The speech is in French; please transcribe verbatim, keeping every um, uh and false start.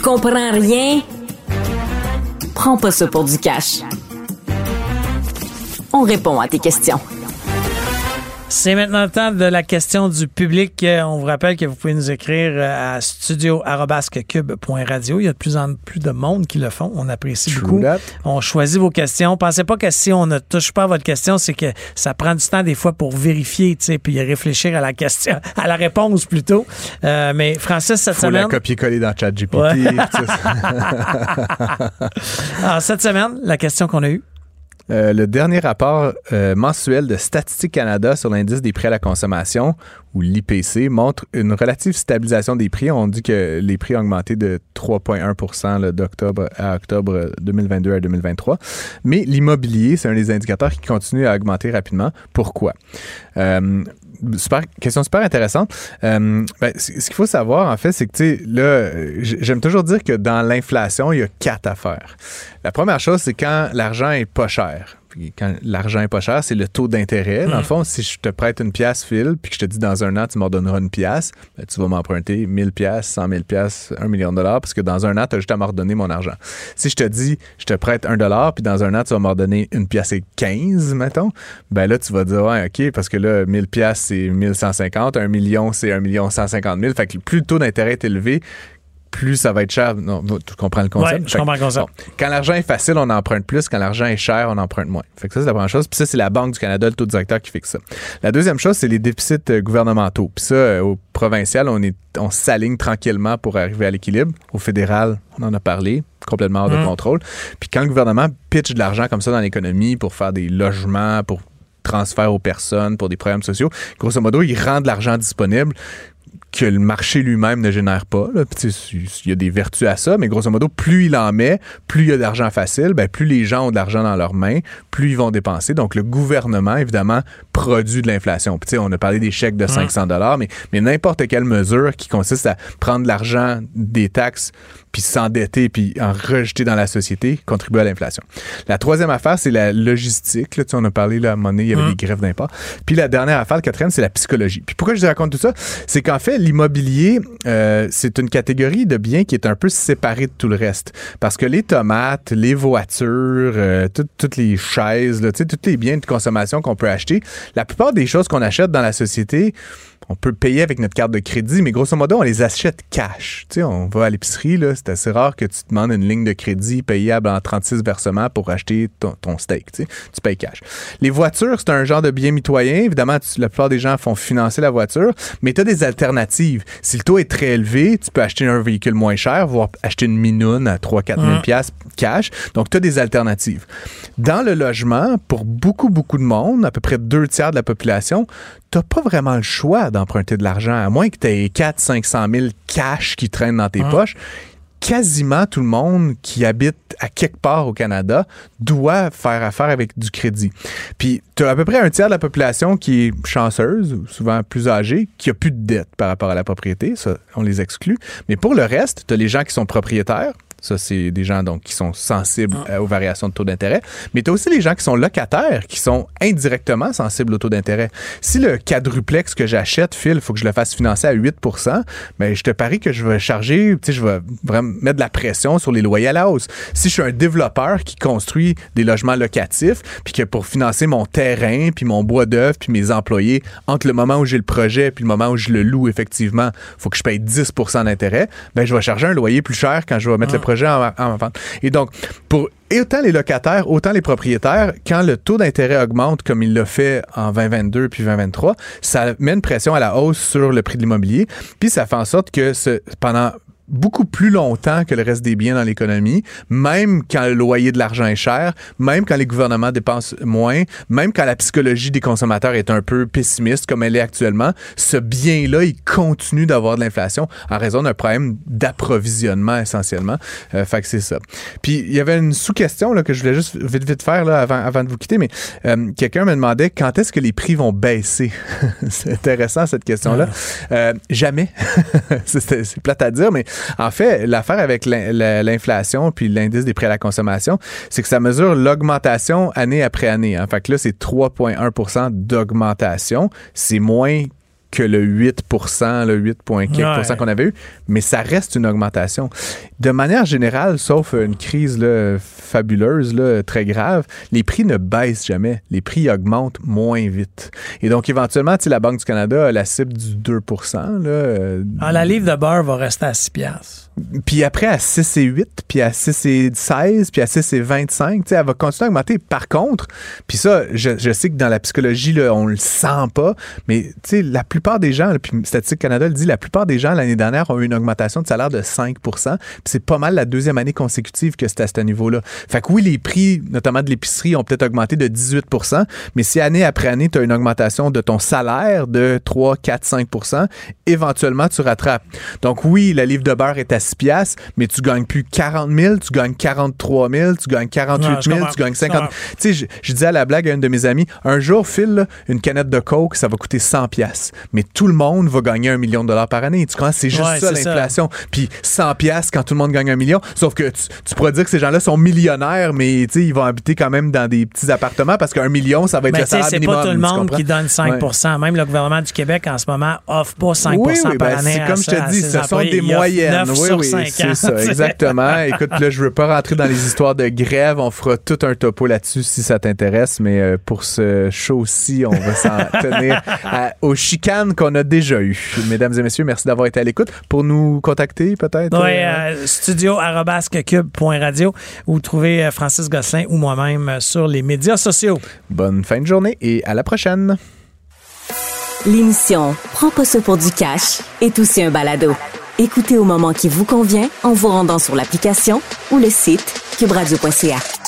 comprends rien? Prends pas ça pour du cash. On répond à tes questions. C'est maintenant le temps de la question du public. On vous rappelle que vous pouvez nous écrire à studio arobase cube point radio. Il y a de plus en plus de monde qui le font. On apprécie True beaucoup. that. On choisit vos questions. Pensez pas que si on ne touche pas à votre question, c'est que ça prend du temps des fois pour vérifier, tu sais, puis réfléchir à la question, à la réponse plutôt. Euh, mais Francis, cette Faut semaine... la copier-coller dans ChatGPT. Ouais. Ça. Alors, cette semaine, la question qu'on a eue. Euh, le dernier rapport euh, mensuel de Statistique Canada sur l'indice des prix à la consommation, ou l'I P C, montre une relative stabilisation des prix. On dit que les prix ont augmenté de trois virgule un pour cent là, d'octobre à octobre deux mille vingt-deux à deux mille vingt-trois. Mais l'immobilier, c'est un des indicateurs qui continue à augmenter rapidement. Pourquoi? Euh, Super, question super intéressante. Euh, ben, ce qu'il faut savoir, en fait, c'est que, tu sais, là, j'aime toujours dire que dans l'inflation, il y a quatre affaires. La première chose, c'est quand l'argent est pas cher. Puis quand l'argent est pas cher, c'est le taux d'intérêt. Dans le fond, si je te prête une pièce, Phil, puis que je te dis dans un an, tu m'en donneras une pièce, ben, tu vas m'emprunter mille pièces, cent mille pièces, un million de dollars, parce que dans un an, tu as juste à me redonner mon argent. Si je te dis, je te prête un dollar, puis dans un an, tu vas me redonner une pièce et quinze, mettons, ben là, tu vas dire, ouais, OK, parce que là, mille pièces, c'est mille cent cinquante, un million, c'est un million cent cinquante mille. Fait que plus le taux d'intérêt est élevé, plus ça va être cher. Non, tu comprends le concept? Oui, je comprends le concept. Bon, quand l'argent est facile, on emprunte plus. Quand l'argent est cher, on emprunte moins. Fait que ça, c'est la première chose. Puis ça, c'est la Banque du Canada, le taux directeur qui fixe ça. La deuxième chose, c'est les déficits gouvernementaux. Puis ça, au provincial, on est, on s'aligne tranquillement pour arriver à l'équilibre. Au fédéral, on en a parlé, complètement hors de mmh. contrôle. Puis quand le gouvernement pitche de l'argent comme ça dans l'économie pour faire des logements, pour transfert aux personnes, pour des programmes sociaux, grosso modo, il rend de l'argent disponible que le marché lui-même ne génère pas. Il y a des vertus à ça, mais grosso modo, plus il en met, plus il y a d'argent facile, ben, plus les gens ont de l'argent dans leurs mains, plus ils vont dépenser. Donc, le gouvernement, évidemment, produit de l'inflation. Puis, on a parlé des chèques de cinq cents dollars, mais, mais n'importe quelle mesure qui consiste à prendre l'argent des taxes puis s'endetter, puis en rejeter dans la société, contribue à l'inflation. La troisième affaire, c'est la logistique. Là, on a parlé, là, à un moment donné, il y avait mmh. des grèves d'impôts. Puis la dernière affaire, le quatrième, c'est la psychologie. Puis pourquoi je te raconte tout ça? C'est qu'en fait, l'immobilier, euh, c'est une catégorie de biens qui est un peu séparée de tout le reste. Parce que les tomates, les voitures, euh, tout, toutes les chaises, là, tous les biens de consommation qu'on peut acheter, la plupart des choses qu'on achète dans la société, on peut payer avec notre carte de crédit, mais grosso modo, on les achète cash. Tu sais, on va à l'épicerie, là, c'est assez rare que tu te demandes une ligne de crédit payable en trente-six versements pour acheter ton, ton steak. Tu sais, tu payes cash. Les voitures, c'est un genre de bien mitoyen. Évidemment, tu, la plupart des gens font financer la voiture, mais tu as des alternatives. Si le taux est très élevé, tu peux acheter un véhicule moins cher, voire acheter une minoune à trois à quatre mille dollars cash. Donc, tu as des alternatives. Dans le logement, pour beaucoup, beaucoup de monde, à peu près deux tiers de la population, tu n'as pas vraiment le choix d'emprunter de l'argent, à moins que tu aies quatre à cinq cent mille cash qui traînent dans tes mmh. poches. Quasiment tout le monde qui habite à quelque part au Canada doit faire affaire avec du crédit. Puis, tu as à peu près un tiers de la population qui est chanceuse, souvent plus âgée, qui a plus de dette par rapport à la propriété. Ça, on les exclut. Mais pour le reste, tu as les gens qui sont propriétaires. Ça, c'est des gens donc qui sont sensibles euh, aux variations de taux d'intérêt. Mais tu as aussi les gens qui sont locataires, qui sont indirectement sensibles au taux d'intérêt. Si le quadruplex que j'achète, Phil, il faut que je le fasse financer à huit pour cent, bien, je te parie que je vais charger, tu sais, je vais vraiment mettre de la pression sur les loyers à la hausse. Si je suis un développeur qui construit des logements locatifs, puis que pour financer mon terrain, puis mon bois d'œuvre, puis mes employés, entre le moment où j'ai le projet puis le moment où je le loue, effectivement, il faut que je paye dix pour cent d'intérêt, bien, je vais charger un loyer plus cher quand je vais mettre ah. le projet En, en vente. Et donc, pour autant les locataires, autant les propriétaires, quand le taux d'intérêt augmente comme il l'a fait en vingt vingt-deux puis vingt vingt-trois, ça met une pression à la hausse sur le prix de l'immobilier, puis ça fait en sorte que ce, pendant beaucoup plus longtemps que le reste des biens dans l'économie, même quand le loyer de l'argent est cher, même quand les gouvernements dépensent moins, même quand la psychologie des consommateurs est un peu pessimiste comme elle est actuellement, ce bien-là, il continue d'avoir de l'inflation en raison d'un problème d'approvisionnement essentiellement. Euh, fait que c'est ça. Puis il y avait une sous-question là, que je voulais juste vite vite faire là, avant, avant de vous quitter, mais euh, quelqu'un me demandait quand est-ce que les prix vont baisser. C'est intéressant cette question-là. Euh, jamais. c'est, c'est plate à dire, mais en fait, l'affaire avec l'inflation puis l'indice des prix à la consommation, c'est que ça mesure l'augmentation année après année. Hein. Fait que là, c'est trois virgule un pour cent d'augmentation. C'est moins que le huit pour cent, le huit virgule quelques ouais. pour cent qu'on avait eu, mais ça reste une augmentation. De manière générale, sauf une crise là, fabuleuse, là, très grave, les prix ne baissent jamais. Les prix augmentent moins vite. Et donc, éventuellement, la Banque du Canada a la cible du deux pour cent. Là, euh, ah, la livre de beurre va rester à six piastres. Puis après, à six et huit, puis à six et seize, puis à six et vingt-cinq, elle va continuer à augmenter. Par contre, puis ça, je, je sais que dans la psychologie, là, on le sent pas, mais la plupart des gens, là, puis Statistique Canada le dit, la plupart des gens, l'année dernière, ont eu une augmentation de salaire de cinq pour cent. Puis c'est pas mal la deuxième année consécutive que c'était à ce niveau-là. Fait que oui, les prix, notamment de l'épicerie, ont peut-être augmenté de dix-huit pour cent, mais si année après année, tu as une augmentation de ton salaire de trois, quatre, cinq pour cent, éventuellement, tu rattrapes. Donc oui, la livre de beurre est à six piastres, mais tu gagnes plus quarante mille, tu gagnes quarante-trois mille, tu gagnes quarante-huit mille, tu gagnes cinquante. Tu sais, je, je disais à la blague à une de mes amies, un jour, Phil, là, une canette de Coke, ça va coûter cent piastres, mais tout le monde va gagner un million de dollars par année. Tu comprends? C'est juste ouais, ça, c'est l'inflation. Puis cent piastres quand tout le monde gagne un million, sauf que tu, tu pourrais dire que ces gens-là sont millionnaires, mais tu sais, ils vont habiter quand même dans des petits appartements parce qu'un million, ça va être mais le salaire c'est minimum. C'est pas tout le monde qui donne cinq pour cent. Ouais. Même le gouvernement du Québec, en ce moment, offre pas cinq pour cent oui, oui, par ben, année. C'est comme je te dis, ce sont employés. des moyennes. neuf Oui, sur oui, cinq c'est ans. ça, exactement. Écoute, là, je veux pas rentrer dans les histoires de grève. On fera tout un topo là-dessus si ça t'intéresse, mais euh, pour ce show-ci, on va s'en tenir à, aux chicanes qu'on a déjà eues. Mesdames et messieurs, merci d'avoir été à l'écoute. Pour nous contacter, peut-être? Oui, euh, studio arobase cube point radio ou trouver Francis Gosselin ou moi-même sur les médias sociaux. Bonne fin de journée et à la prochaine. L'émission Prends pas ça pour du cash est aussi un balado. Écoutez au moment qui vous convient en vous rendant sur l'application ou le site cube radio point c a.